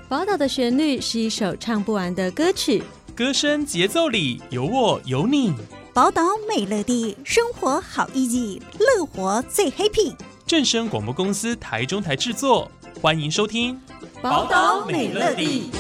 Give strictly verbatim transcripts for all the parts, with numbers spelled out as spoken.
宝岛的旋律是一首唱不完的歌曲， 歌声节奏里有我有你。 宝岛美乐地，生活好 easy， 乐活最 happy。 正声广播公司台中台制作，欢迎收听宝岛美乐地。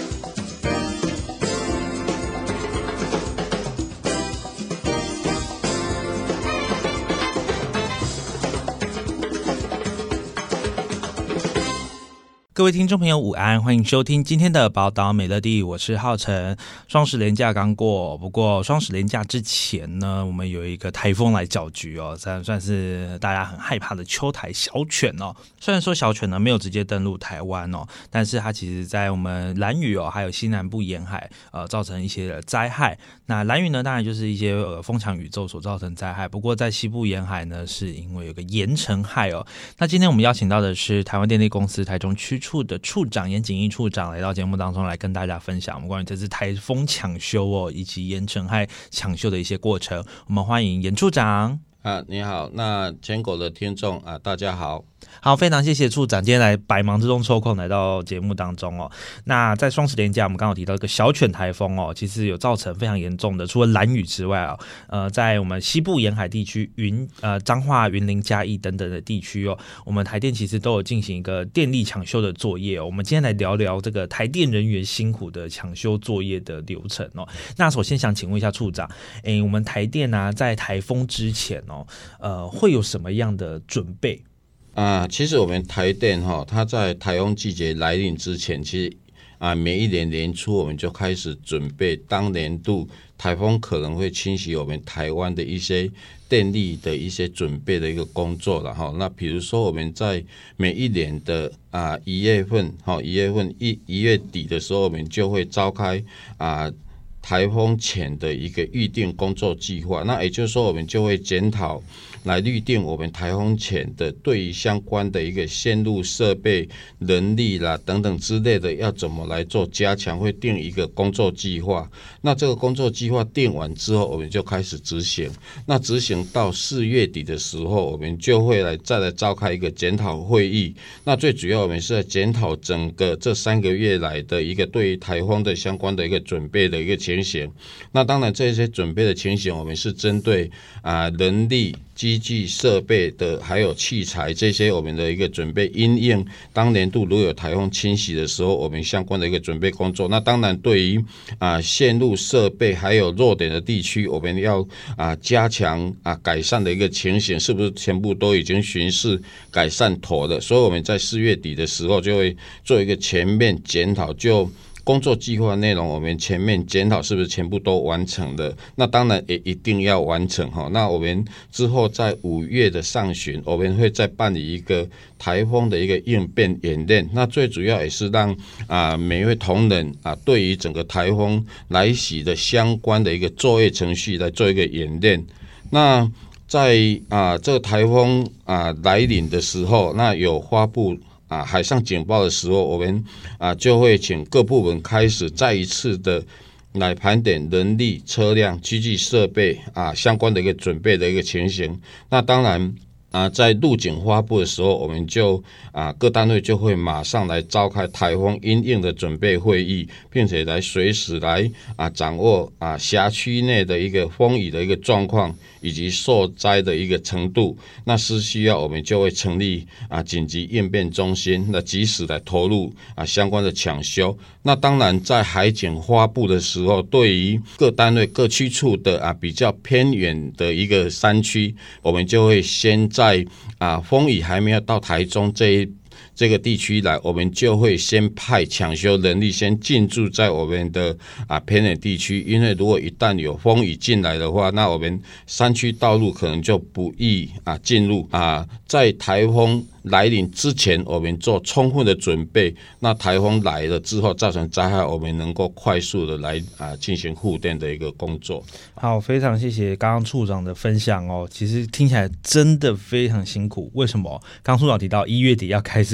各位听众朋友午安，欢迎收听今天的宝岛美乐地，我是浩辰。双十连假刚过，不过双十连假之前呢，我们有一个台风来搅局哦，算算是大家很害怕的秋台小犬哦。虽然说小犬呢没有直接登陆台湾哦，但是它其实在我们兰屿哦，还有西南部沿海呃造成一些的灾害。那兰屿呢，当然就是一些呃风强雨骤所造成灾害，不过在西部沿海呢，是因为有个盐尘害哦。那今天我们邀请到的是台湾电力公司台中区处的处长严景义处长来到节目当中来跟大家分享我们关于这次台风抢修哦以及盐尘害抢修的一些过程。我们欢迎严处长。 啊，你好，那全国的听众啊，大家好。 好，非常谢谢处长今天来百忙之中抽空来到节目当中哦。那在双十连假，我们刚好提到一个小犬台风哦，其实有造成非常严重的，除了兰屿之外哦，呃，在我们西部沿海地区、云呃彰化、云林、嘉义等等的地区哦，我们台电其实都有进行一个电力抢修的作业哦。我们今天来聊聊这个台电人员辛苦的抢修作业的流程哦。那首先想请问一下处长，诶，我们台电啊，在台风之前哦，呃，会有什么样的准备？ 啊，其实我们台电哈，它在台风季节来临之前，其实啊，每一年年初我们就开始准备当年度台风可能会侵袭我们台湾的一些电力的一些准备的一个工作了哈。那比如说我们在每一年的啊一月份哈，一月份一一月底的时候，我们就会召开啊台风前的一个预定工作计划。那也就是说，我们就会检讨。来预定我们台风前的对于相关的一个线路设备、人力啦等等之类的，要怎么来做加强，会定一个工作计划。那这个工作计划定完之后，我们就开始执行。那执行到四月底的时候，我们就会来再来召开一个检讨会议。那最主要我们是在检讨整个这三个月来的一个对于台风的相关的一个准备的一个情形。那当然这些准备的情形，我们是针对啊人力。机器设备的还有器材这些我们的一个准备因应当年度如果有台风侵袭的时候我们相关的一个准备工作。那当然对于啊线路设备还有弱点的地区，我们要啊加强啊改善的一个情形，是不是全部都已经巡视改善妥了？所以我们在四月底的时候就会做一个全面检讨，就工作计划内容，我们前面检讨是不是全部都完成了？那当然也一定要完成哈。那我们之后在五月的上旬，我们会再办理一个台风的一个应变演练。那最主要也是让啊每一位同仁啊，对于整个台风来袭的相关的一个作业程序来做一个演练。那在啊这个台风啊来临的时候，那有发布。啊，海上警报的时候，我们啊就会请各部门开始再一次的来盘点人力、车辆、机器设备啊相关的一个准备的一个情形。那当然啊，在路警发布的时候，我们就啊各单位就会马上来召开台风因应的准备会议，并且来随时来啊掌握啊辖区内的一个风雨的一个状况。以及受灾的一个程度，那是需要我们就会成立啊紧急应变中心，那及时来投入啊相关的抢修。那当然在海警发布的时候，对于各单位各区处的啊比较偏远的一个山区，我们就会先在啊风雨还没有到台中这一这个地区来，我们就会先派抢修人力先进驻在我们的啊偏远地区，因为如果一旦有风雨进来的话，那我们山区道路可能就不易啊进入啊。在台风来临之前，我们做充分的准备，那台风来了之后造成灾害，我们能够快速的来啊进行护电的一个工作。 好，非常谢谢刚刚处长的分享哦。其实听起来真的非常辛苦，为什么？刚刚处长提到一月底要开始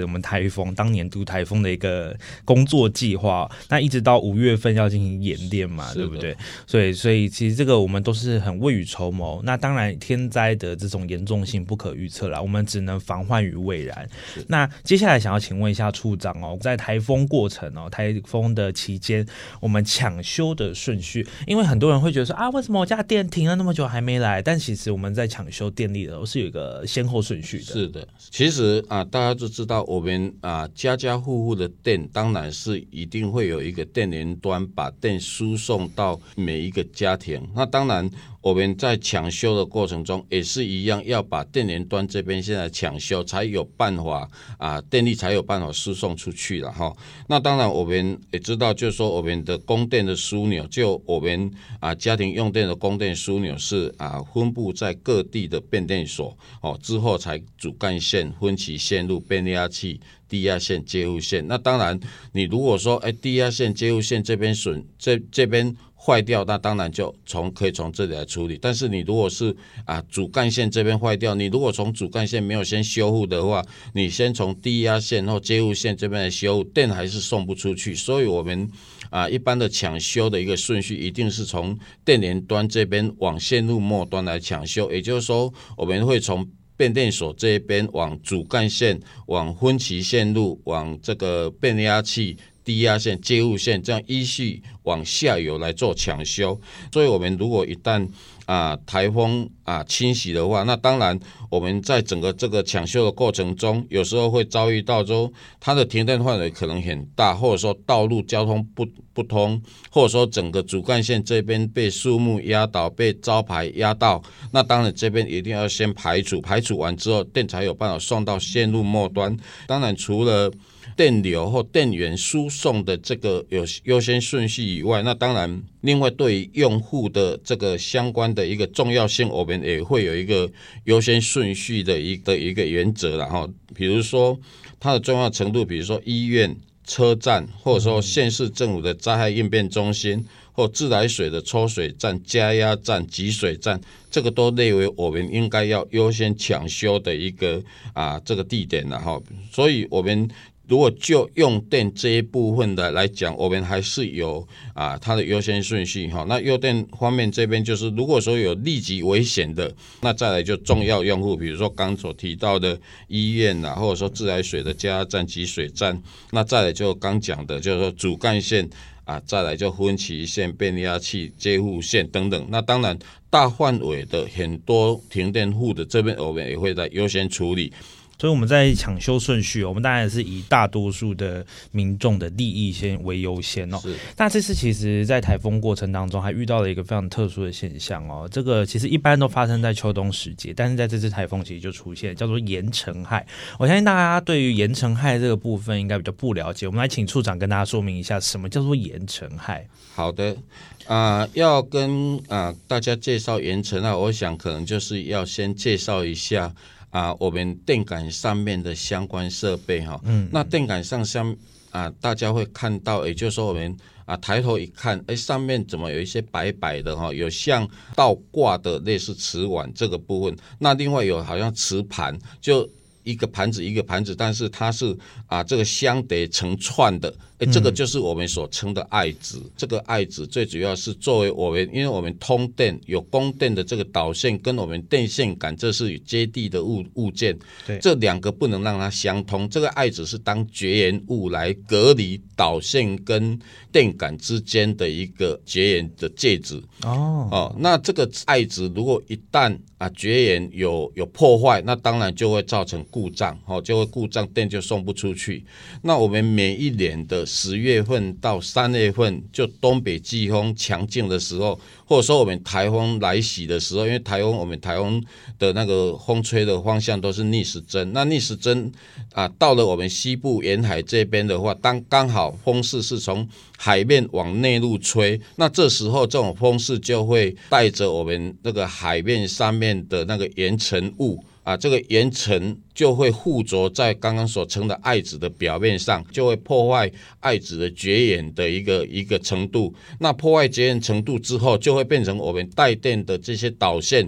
我们台风当年度台风的一个工作计划，那一直到五月份要进行演练嘛，对不对？所以所以其实这个我们都是很未雨绸缪。那当然天灾的这种严重性不可预测啦，我们只能防患于未然。那接下来想要请问一下处长哦，在台风过程哦，台风的期间，我们抢修的顺序，因为很多人会觉得说啊，为什么我家电停了那么久还没来？但其实我们在抢修电力的时候是有一个先后顺序的。 是的，其实啊，大家都知道我们啊家家户户的电，当然是一定会有一个电联端把电输送到每一个家庭。那当然我们在抢修的过程中也是一样，要把电联端这边现在抢修，才有办法啊，电力才有办法输送出去了哈。那当然我们也知道，就是说我们的供电的枢纽，就我们啊家庭用电的供电枢纽是啊分布在各地的变电所哦，之后才主干线、分歧线路、变压器、低压线、接户线。那当然，你如果说哎低压线、接户线这边损这这边坏掉，那当然就从可以从这里来处理。但是你如果是啊主干线这边坏掉，你如果从主干线没有先修护的话，你先从低压线或接户线这边来修护，电还是送不出去。所以我们啊一般的抢修的一个顺序，一定是从电联端这边往线路末端来抢修，也就是说我们会从变电所这边往主干线、往分歧线路、往这个变压器、低压线、接户线，这样依序往下游来做抢修。所以我们如果一旦啊台风啊侵袭的话，那当然我们在整个这个抢修的过程中，有时候会遭遇到说它的停电范围可能很大，或者说道路交通不不通，或者说整个主干线这边被树木压倒、被招牌压到，那当然这边一定要先排除，排除完之后电才有办法送到线路末端。当然除了电流或电源输送的这个有优先顺序以外，那当然另外对于用户的这个相关的一个重要性，我们也会有一个优先顺序的一个一个原则啦齁。比如说它的重要程度，比如说医院、车站，或者说县市政府的灾害应变中心，或自来水的抽水站、加压站、集水站，这个都列为我们应该要优先抢修的一个啊这个地点啦齁。所以我们如果就用电这一部分的来讲，我们还是有啊它的优先顺序哈。那用电方面这边就是，如果说有立即危险的，那再来就重要用户，比如说刚所提到的医院啊，或者说自来水的加压站、集水站，那再来就刚讲的，就是说主干线啊，再来就分歧线、变压器、接户线等等。那当然大范围的很多停电户的这边，我们也会来优先处理。 所以我们在抢修顺序，我们当然是以大多数的民众的利益先为优先哦。那这次其实在台风过程当中还遇到了一个非常特殊的现象哦，这个其实一般都发生在秋冬时节，但是在这次台风其实就出现叫做盐尘害。我相信大家对于盐尘害这个部分应该比较不了解，我们来请处长跟大家说明一下什么叫做盐尘害。 好的，啊、呃，要跟啊、呃、大家介绍盐尘害，我想可能就是要先介绍一下啊，我们电杆上面的相关设备哈，嗯，那电杆上上啊，大家会看到，也就是说我们啊抬头一看，哎，上面怎么有一些白白的哈，有像倒挂的类似瓷碗这个部分，那另外有好像瓷盘，就一个盘子一个盘子，但是它是啊这个相叠成串的。欸、这个就是我们所称的爱子、嗯、这个爱子最主要是作为我们，因为我们通电有供电的这个导线跟我们电线杆，这是接地的 物, 物件，对，这两个不能让它相通，这个爱子是当绝缘物来隔离导线跟电杆之间的一个绝缘的介质。 哦, 哦那这个爱子如果一旦啊绝缘有有破坏，那当然就会造成故障、哦、就会故障，电就送不出去。那我们每一年的十月份到三月份，就东北季风强劲的时候，或者说我们台风来袭的时候，因为台风我们台风的那个风吹的方向都是逆时针，那逆时针啊到了我们西部沿海这边的话，当刚好风势是从海面往内陆吹，那这时候这种风势就会带着我们那个海面上面的那个盐尘物啊，这个盐尘就会附着在刚刚所称的爱子的表面上，就会破坏爱子的绝缘的一个一个程度。那破坏绝缘程度之后，就会变成我们带电的这些导线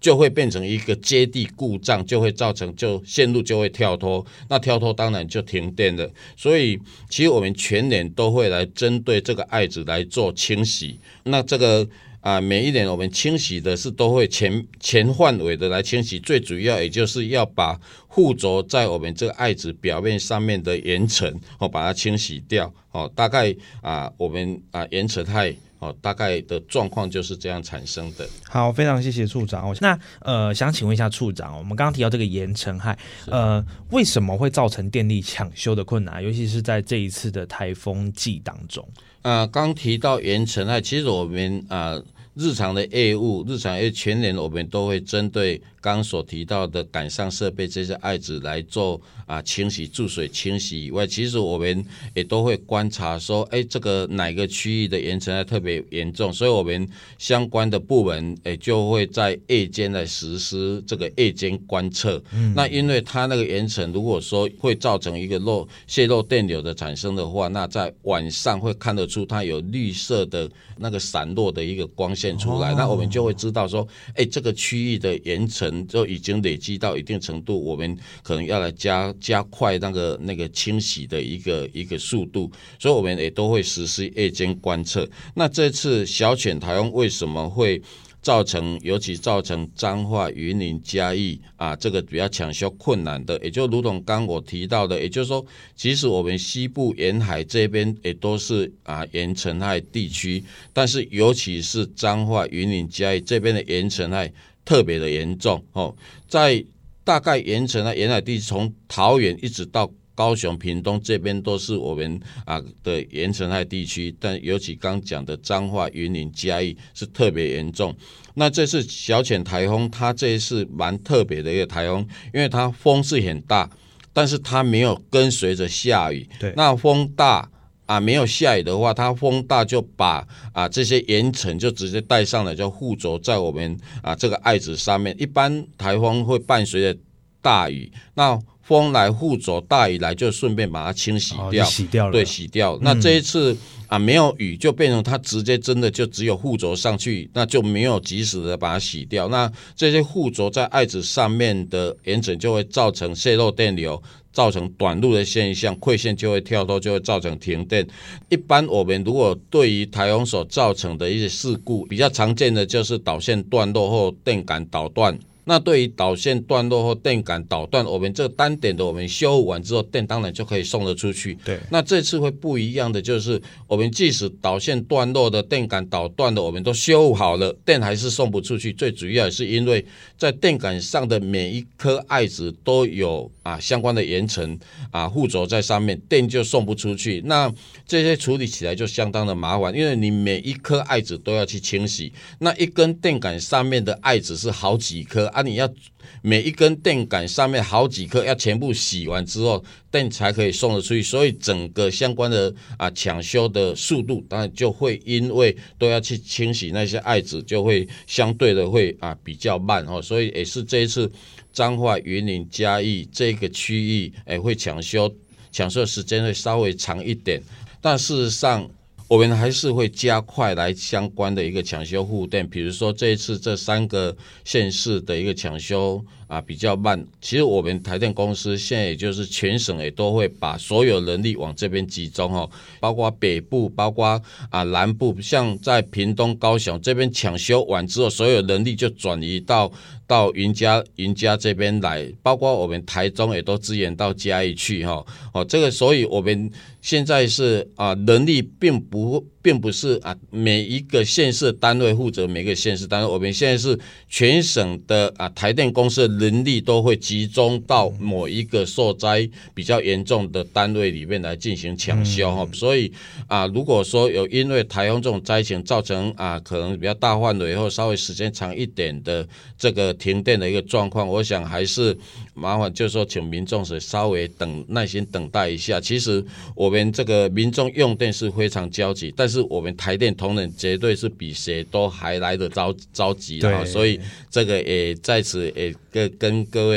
就会变成一个接地故障，就会造成就线路就会跳脱，那跳脱当然就停电了。所以其实我们全年都会来针对这个爱子来做清洗，那这个啊，每一年我们清洗的是都会全全范围的来清洗，最主要也就是要把附着在我们这个爱子表面上面的岩层哦，把它清洗掉哦。大概啊，我们啊岩层害哦，大概的状况就是这样产生的。 好，非常谢谢处长。那呃，想请问一下处长，我们刚刚提到这个岩层害，呃，为什么会造成电力抢修的困难，尤其是在这一次的台风季当中？ 啊，刚提到岩层害，其实我们啊日常的业务，日常业务全年我们都会针对刚刚所提到的感上设备这些爱子来做啊清洗、注水清洗以外，其实我们也都会观察说，哎，这个哪个区域的岩层害特别严重，所以我们相关的部门哎就会在夜间来实施这个夜间观测。嗯、那因为它那个岩层如果说会造成一个漏泄漏电流的产生的话，那在晚上会看得出它有绿色的那个闪落的一个光线出来，哦、那我们就会知道说，哎，这个区域的岩层就已经累积到一定程度，我们可能要来加加快那个那个清洗的一个一个速度，所以我们也都会实施夜间观测。那这次小犬台风为什么会造成，尤其造成彰化、云林、嘉义啊，这个比较抢修困难的，也就如同刚我提到的，也就是说，其实我们西部沿海这边也都是啊岩层害地区，但是尤其是彰化、云林、嘉义这边的岩层害特别的严重哦，在大概岩层害沿海地区，从桃园一直到高雄、屏东这边都是我们啊的岩层害地区，但尤其刚讲的彰化、云林、嘉义是特别严重。那这次小犬台风，它这一次蛮特别的一个台风，因为它风是很大，但是它没有跟随着下雨。 对， 那风大啊，没有下雨的话，它风大就把啊这些岩层就直接带上来，就附着在我们啊这个爱子上面。一般台风会伴随着大雨，那风来附着，大雨来就顺便把它清洗掉， 哦、洗掉了， 对，洗掉。嗯、那这一次啊，没有雨，就变成它直接真的就只有附着上去，那就没有及时的把它洗掉。那这些附着在爱子上面的岩层就会造成泄漏电流，造成短路的现象，馈线就会跳脱，就会造成停电。一般我们如果对于台风所造成的一些事故，比较常见的就是导线断落或电感导断。那对于导线断落或电感导断，我们这个单点的我们修复完之后，电当然就可以送得出去。 对， 那这次会不一样的就是，我们即使导线断落的、电感导断的，我们都修复好了，电还是送不出去。最主要是因为在电感上的每一颗爱子都有啊相关的岩层啊附着在上面，电就送不出去。那这些处理起来就相当的麻烦，因为你每一颗爱子都要去清洗，那一根电感上面的爱子是好几颗。啊，你要每一根电感上面好几颗，要全部洗完之后，电才可以送得出去。所以整个相关的啊抢修的速度，当然就会因为都要去清洗那些爱子，就会相对的会啊比较慢哦。所以也是这一次彰化、云林、嘉义这个区域，哎会抢修，抢修的时间会稍微长一点，但事实上，我们还是会加快来相关的一个抢修护电，比如说这一次这三个县市的一个抢修啊比较慢，其实我们台电公司现在也就是全省也都会把所有人力往这边集中哦，包括北部，包括啊南部，像在屏东、高雄这边抢修完之后，所有人力就转移到到云嘉云嘉这边来，包括我们台中也都支援到嘉义去哈哦，这个所以我们现在是啊人力并不并不是啊每一个县市单位负责每个县市单位，我们现在是全省的啊台电公司的人力都会集中到某一个受灾比较严重的单位里面来进行抢修哈、嗯，所以啊如果说有因为台风这种灾情造成啊可能比较大范围或稍微时间长一点的这个停电的一个状况，我想还是麻烦就是说请民众是稍微等耐心等待一下。其实我们这个民众用电是非常焦急，但是我们台电同仁绝对是比谁都还来得着着急啊！所以这个也在此也跟跟各位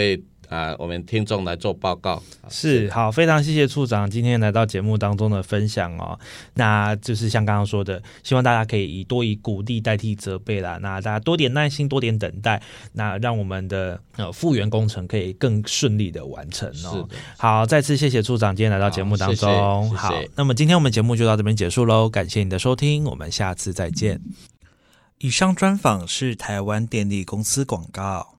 啊、呃、我们听众来做报告。 是，好，非常谢谢处长今天来到节目当中的分享哦。那就是像刚刚说的，希望大家可以以多以鼓励代替责备啦，那大家多点耐心，多点等待，那让我们的呃复原工程可以更顺利的完成哦。 是的， 好，再次谢谢处长今天来到节目当中。 好，谢谢，谢谢。 好，那么今天我们节目就到这边结束喽，感谢你的收听，我们下次再见。以上专访是台湾电力公司广告。